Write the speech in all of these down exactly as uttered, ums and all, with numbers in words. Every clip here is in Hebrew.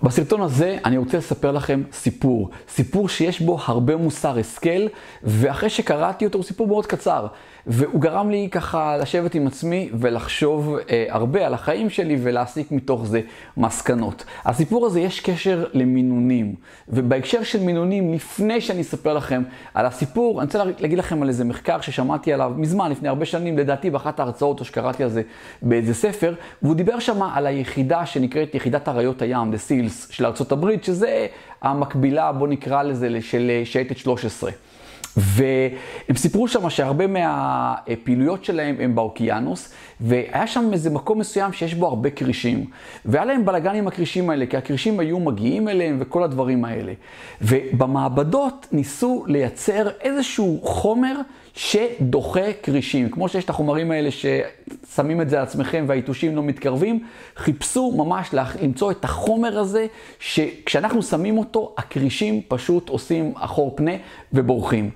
בסרטון הזה אני רוצה לספר לכם סיפור, סיפור שיש בו הרבה מוסר השכל, ואחרי שקראתי אותו הוא סיפור מאוד קצר, והוא גרם לי ככה לשבת עם עצמי ולחשוב אה, הרבה על החיים שלי ולהסיק מתוך זה מסקנות. הסיפור הזה יש קשר למינונים, ובהקשר של מינונים, לפני שאני אספר לכם על הסיפור, אני רוצה להגיד לכם על איזה מחקר ששמעתי עליו מזמן, לפני הרבה שנים, לדעתי באחת ההרצאות או שקראתי על זה באיזה ספר, והוא דיבר שם על היחידה שנקראת יחידת אריות הים, The Seals של ארצות הברית, שזה המקבילה, בוא נקרא לזה, של שייטת שלוש עשרה. והם סיפרו שם שהרבה מהפעילויות שלהם הם באוקיינוס, והיה שם איזה מקום מסוים שיש בו הרבה קרישים. והיה להם בלגן עם הקרישים האלה, כי הקרישים היו מגיעים אליהם וכל הדברים האלה. ובמעבדות ניסו לייצר איזשהו חומר שדוחה קרישים. כמו שיש את החומרים האלה ששמים את זה על עצמכם והיתושים לא מתקרבים, חיפשו ממש למצוא את החומר הזה, שכשאנחנו שמים אותו, הקרישים פשוט עושים אחור פנה ובורחים.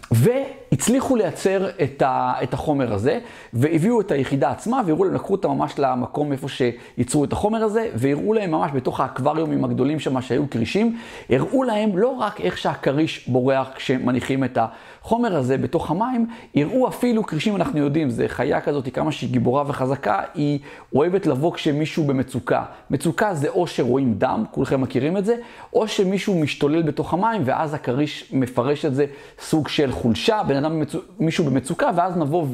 והצליחו לייצר את, ה, את החומר הזה, והביאו את היחידה עצמה, והראו להם, לקחו אותה ממש למקום איפה שייצרו את החומר הזה, והראו להם ממש בתוך האקווריומים הגדולים שם שהיו קרישים, הראו להם לא רק איך שהקריש בורח כשמניחים את החומר הזה בתוך המים, הראו אפילו קרישים, אנחנו יודעים, זה חיה כזאת, כמה שהיא גיבורה וחזקה, היא אוהבת לבוא כשמישהו במצוקה. מצוקה זה או שרואים דם, כולכם מכירים את זה, או שמישהו משתולל בתוך המים, ואז הקריש מפרש את זה סוג של חולשה, בן אדם במצוק, מישהו במצוקה, ואז נבוא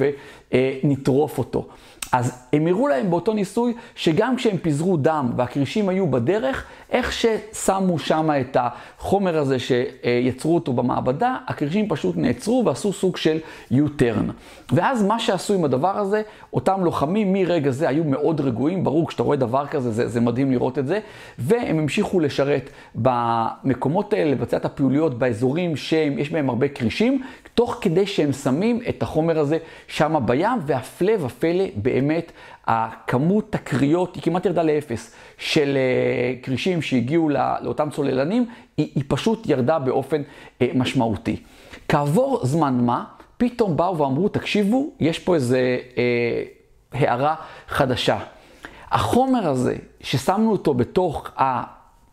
ונטרוף אותו. אז הם הראו להם באותו ניסוי שגם כשהם פיזרו דם והקרישים היו בדרך, איך ששמו שם את החומר הזה שיצרו אותו במעבדה, הקרישים פשוט נעצרו ועשו סוג של U-turn. ואז מה שעשו עם הדבר הזה, אותם לוחמים מרגע זה היו מאוד רגועים, ברור כשאתה רואה דבר כזה, זה, זה מדהים לראות את זה, והם המשיכו לשרת במקומות האלה, לבצע את הפעילויות באזורים שיש בהם הרבה קרישים, תוך כדי שהם שמים את החומר הזה שם בים, והפלא ופלא באמת, הכמות תקריות היא כמעט ירדה לאפס של קרישים שהגיעו לאותם צוללנים, היא, היא פשוט ירדה באופן אה, משמעותי. כעבור זמן מה, פתאום באו ואמרו, תקשיבו, יש פה איזה אה, הערה חדשה. החומר הזה ששמנו אותו בתוך, ה,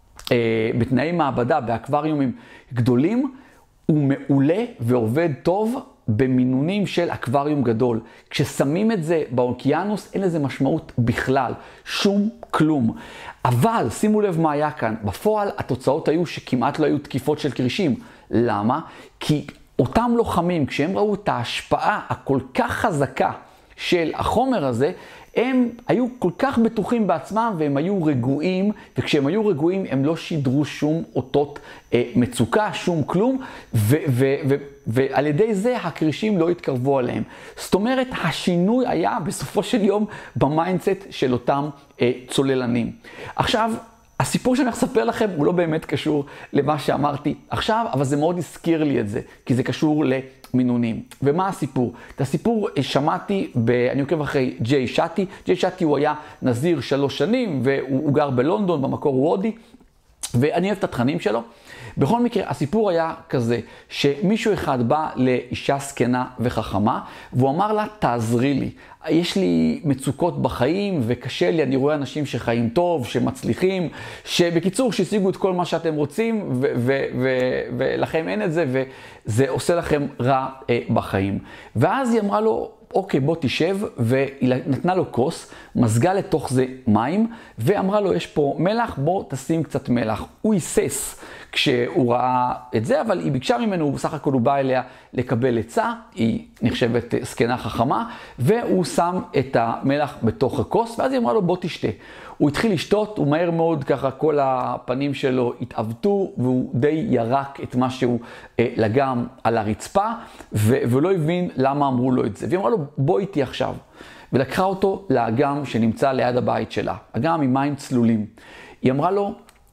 אה, בתנאי מעבדה, באקווריומים גדולים, הוא מעולה ועובד טוב במינונים של אקווריום גדול. כששמים את זה באוקיינוס, אין לזה משמעות בכלל, שום כלום. אבל שימו לב מה היה כאן, בפועל התוצאות היו שכמעט לא היו תקיפות של קרישים. למה? כי אותם לוחמים, כשהם ראו את ההשפעה הכל כך חזקה של החומר הזה, הם היו כל כך בטוחים בעצמם והם היו רגועים, וכשהם היו רגועים הם לא שידרו שום אותות אה, מצוקה, שום כלום, ו- ו- ו- ועל ידי זה הקרישים לא התקרבו עליהם. זאת אומרת, השינוי היה בסופו של יום במיינדסט של אותם אה, צוללנים. עכשיו, הסיפור שאני אספר לכם הוא לא באמת קשור למה שאמרתי עכשיו, אבל זה מאוד הזכיר לי את זה, כי זה קשור למינונים. ומה הסיפור? את הסיפור שמעתי, ב... אני עוקב אחרי ג'יי שטי. ג'יי שטי הוא היה נזיר שלוש שנים, והוא גר בלונדון, במקור הוא הודי, ואני אוהב את התכנים שלו. בכל מקרה, הסיפור היה כזה, שמישהו אחד בא לאישה זקנה וחכמה, והוא אמר לה, תעזרי לי. יש לי מצוקות בחיים וקשה לי, אני רואה אנשים שחיים טוב, שמצליחים, שבקיצור, שהשיגו את כל מה שאתם רוצים, ו- ו- ו- ולכם אין את זה, וזה עושה לכם רע אה, בחיים. ואז היא אמרה לו, אוקיי, בוא תשב, והיא נתנה לו כוס, מזגה לתוך זה מים, ואמרה לו, יש פה מלח, בוא תשים קצת מלח. הוא היסס כשהוא ראה את זה, אבל היא ביקשה ממנו, הוא בסך הכל הוא בא אליה לקבל עצה, היא נחשבת זקנה חכמה, והוא שם את המלח בתוך הכוס, ואז היא אמרה לו, בוא תשתה. הוא התחיל לשתות, הוא מהר מאוד ככה, כל הפנים שלו התעוותו, והוא די ירק את מה שהוא אה, לגם על הרצפה, ו- ולא הבין למה אמרו לו את זה. והיא אמרה לו, בוא איתי עכשיו. ולקחה אותו לאגם שנמצא ליד הבית שלה, אגם עם מים צלולים. היא אמרה לו,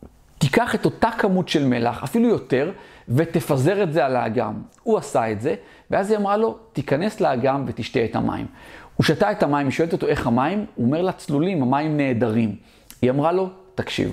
תיקח את אותה כמות של מלח, אפילו יותר, ותפזר את זה על האגם. הוא עשה את זה, ואז היא אמרה לו, תיכנס לאגם ותשתה את המים. הוא שתה את המים, היא שואלת אותו איך המים, הוא אומר לה, צלולים, המים נהדרים. היא אמרה לו, תקשיב,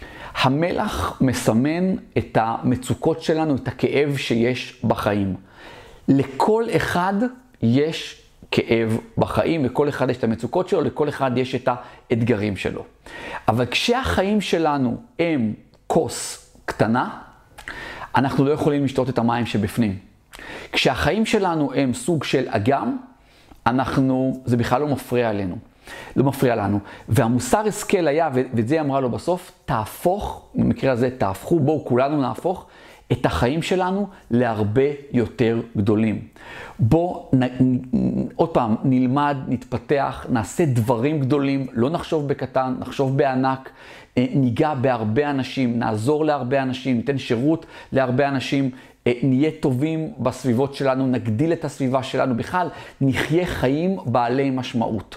המלח מסמן את המצוקות שלנו, את הכאב שיש בחיים. לכל אחד יש כאב בחיים, לכל אחד יש את המצוקות שלו, לכל אחד יש את האתגרים שלו. אבל כשהחיים שלנו הם כוס קטנה, אנחנו לא יכולים לשתות את המים שבפנים. כשהחיים שלנו הם סוג של אגם, אנחנו, זה בכלל לא מפריע לנו. לא מפריע לנו. והמוסר השכל היה, ואת זה היא אמרה לו בסוף, תהפוך, במקרה הזה תהפכו, בואו כולנו נהפוך, את החיים שלנו להרבה יותר גדולים. בואו, עוד פעם, נלמד, נתפתח, נעשה דברים גדולים, לא נחשוב בקטן, נחשוב בענק, ניגע בהרבה אנשים, נעזור להרבה אנשים, ניתן שירות להרבה אנשים, נהיה טובים בסביבות שלנו, נגדיל את הסביבה שלנו, בכלל נחיה חיים בעלי משמעות.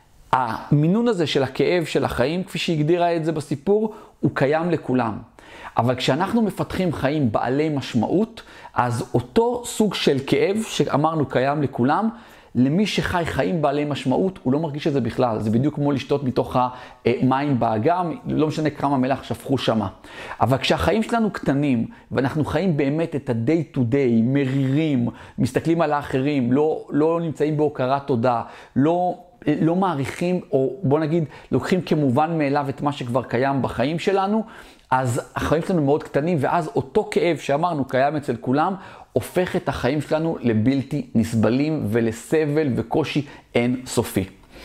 המינון הזה של הכאב של החיים, כפי שהגדירה את זה בסיפור, הוא קיים לכולם. אבל כשאנחנו מפתחים חיים בעלי משמעות, אז אותו סוג של כאב שאמרנו קיים לכולם, למי שחי חיים בעלי משמעות, הוא לא מרגיש את זה בכלל. זה בדיוק כמו לשתות מתוך המים באגם, לא משנה כמה מלח שפכו שמה. אבל כשהחיים שלנו קטנים, ואנחנו חיים באמת את ה-day to day, מרירים, מסתכלים על האחרים, לא, לא נמצאים בהוקרת תודה, לא... לא מעריכים, או בוא נגיד, לוקחים כמובן מאליו את מה שכבר קיים בחיים שלנו, אז החיים שלנו מאוד קטנים, ואז אותו כאב שאמרנו קיים אצל כולם, הופך את החיים שלנו לבלתי נסבלים ולסבל וקושי אין סופי.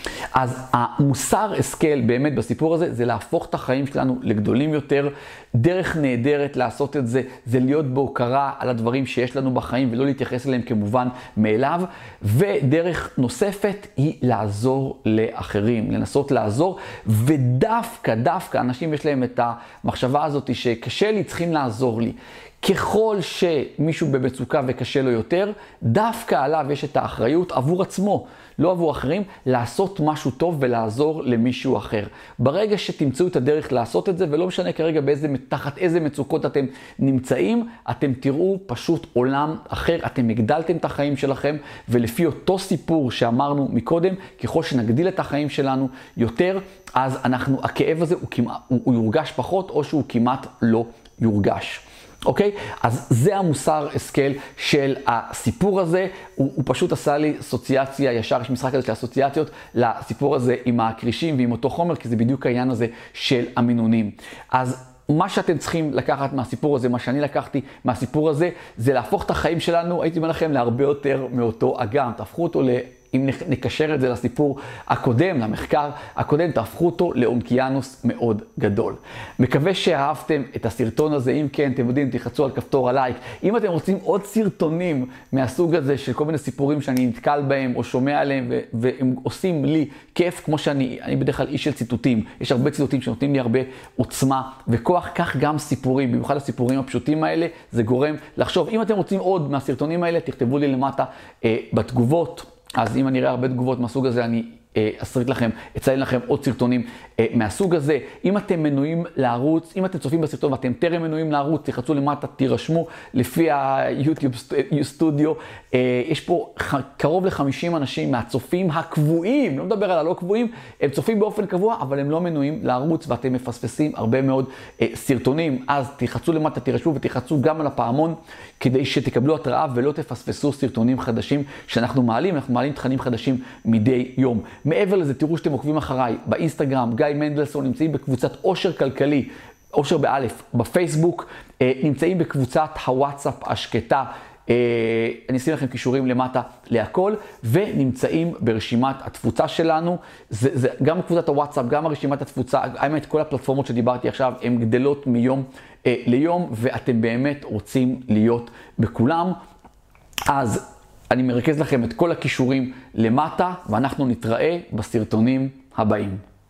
אז המוסר השכל באמת בסיפור הזה, זה להפוך את החיים שלנו לגדולים יותר. דרך נהדרת לעשות את זה, זה להיות בהוקרה על הדברים שיש לנו בחיים, ולא להתייחס אליהם כמובן מאליו. ודרך נוספת היא לעזור לאחרים, לנסות לעזור, ודווקא, דווקא, אנשים יש להם את המחשבה הזאת שקשה לי, צריכים לעזור לי. ככל שמישהו במצוקה וקשה לו יותר, דווקא עליו יש את האחריות עבור עצמו, לא עבור אחרים, לעשות משהו טוב ולעזור למישהו אחר. ברגע שתמצאו את הדרך לעשות את זה, ולא משנה כרגע באיזה, תחת איזה מצוקות אתם נמצאים, אתם תראו פשוט עולם אחר, אתם הגדלתם את החיים שלכם, ולפי אותו סיפור שאמרנו מקודם, ככל שנגדיל את החיים שלנו יותר, אז אנחנו, הכאב הזה הוא, כמעט, הוא, הוא יורגש פחות, או שהוא כמעט לא יורגש. אוקיי? אז זה המוסר השכל של הסיפור הזה. הוא, הוא פשוט עשה לי אסוציאציה, ישר יש משחק הזה של אסוציאציות לסיפור הזה עם הקרישים ועם אותו חומר, כי זה בדיוק העניין הזה של המינונים. אז מה שאתם צריכים לקחת מהסיפור הזה, מה שאני לקחתי מהסיפור הזה, זה להפוך את החיים שלנו, הייתי אומר לכם, להרבה יותר מאותו אגם. תהפכו אותו ל... אם נקשר את זה לסיפור הקודם, למחקר הקודם, תהפכו אותו לאונקיינוס מאוד גדול. מקווה שאהבתם את הסרטון הזה. אם כן, אתם יודעים, תלחצו על כפתור הלייק. אם אתם רוצים עוד סרטונים מהסוג הזה של כל מיני סיפורים שאני נתקל בהם או שומע עליהם, והם עושים לי כיף, כמו שאני, אני בדרך כלל איש של ציטוטים. יש הרבה ציטוטים שנותנים לי הרבה עוצמה וכוח, כך גם סיפורים, במיוחד הסיפורים הפשוטים האלה, זה גורם לחשוב. אם אתם רוצים עוד מהסרטונים האלה, תכתבו לי למטה אה, בתגובות. אז אם אני אראה הרבה תגובות מהסוג הזה, אני אסריט לכם, אציין לכם עוד סרטונים מהסוג הזה. אם אתם מנויים לערוץ, אם אתם צופים בסרטון ואתם טרם מנויים לערוץ, תחצו למטה, תירשמו לפי היוטיוב סטודיו. יש פה קרוב ל-חמישים אנשים מהצופים הקבועים, לא מדבר על הלא קבועים, הם צופים באופן קבוע, אבל הם לא מנויים לערוץ, ואתם מפספסים הרבה מאוד סרטונים. אז תחצו למטה, תירשמו ותחצו גם על הפעמון, כדי שתקבלו התראה ולא תפספסו סרטונים חדשים שאנחנו מעלים. אנחנו מעלים תכנים חדשים מדי יום. מעבר לזה, תראו שאתם עוקבים אחריי באינסטגרם, גיא מנדלסון, נמצאים בקבוצת עושר כלכלי, עושר באלף, בפייסבוק, נמצאים בקבוצת הוואטסאפ השקטה, אני אשים לכם קישורים למטה להכל, ונמצאים ברשימת התפוצה שלנו. זה, זה, גם קבוצת הוואטסאפ, גם הרשימת התפוצה, האמת, כל הפלטפורמות שדיברתי עכשיו, הן גדלות מיום אה, ליום, ואתם באמת רוצים להיות בכולם. אז אני מרכז לכם את כל הקישורים למטה, ואנחנו נתראה בסרטונים הבאים.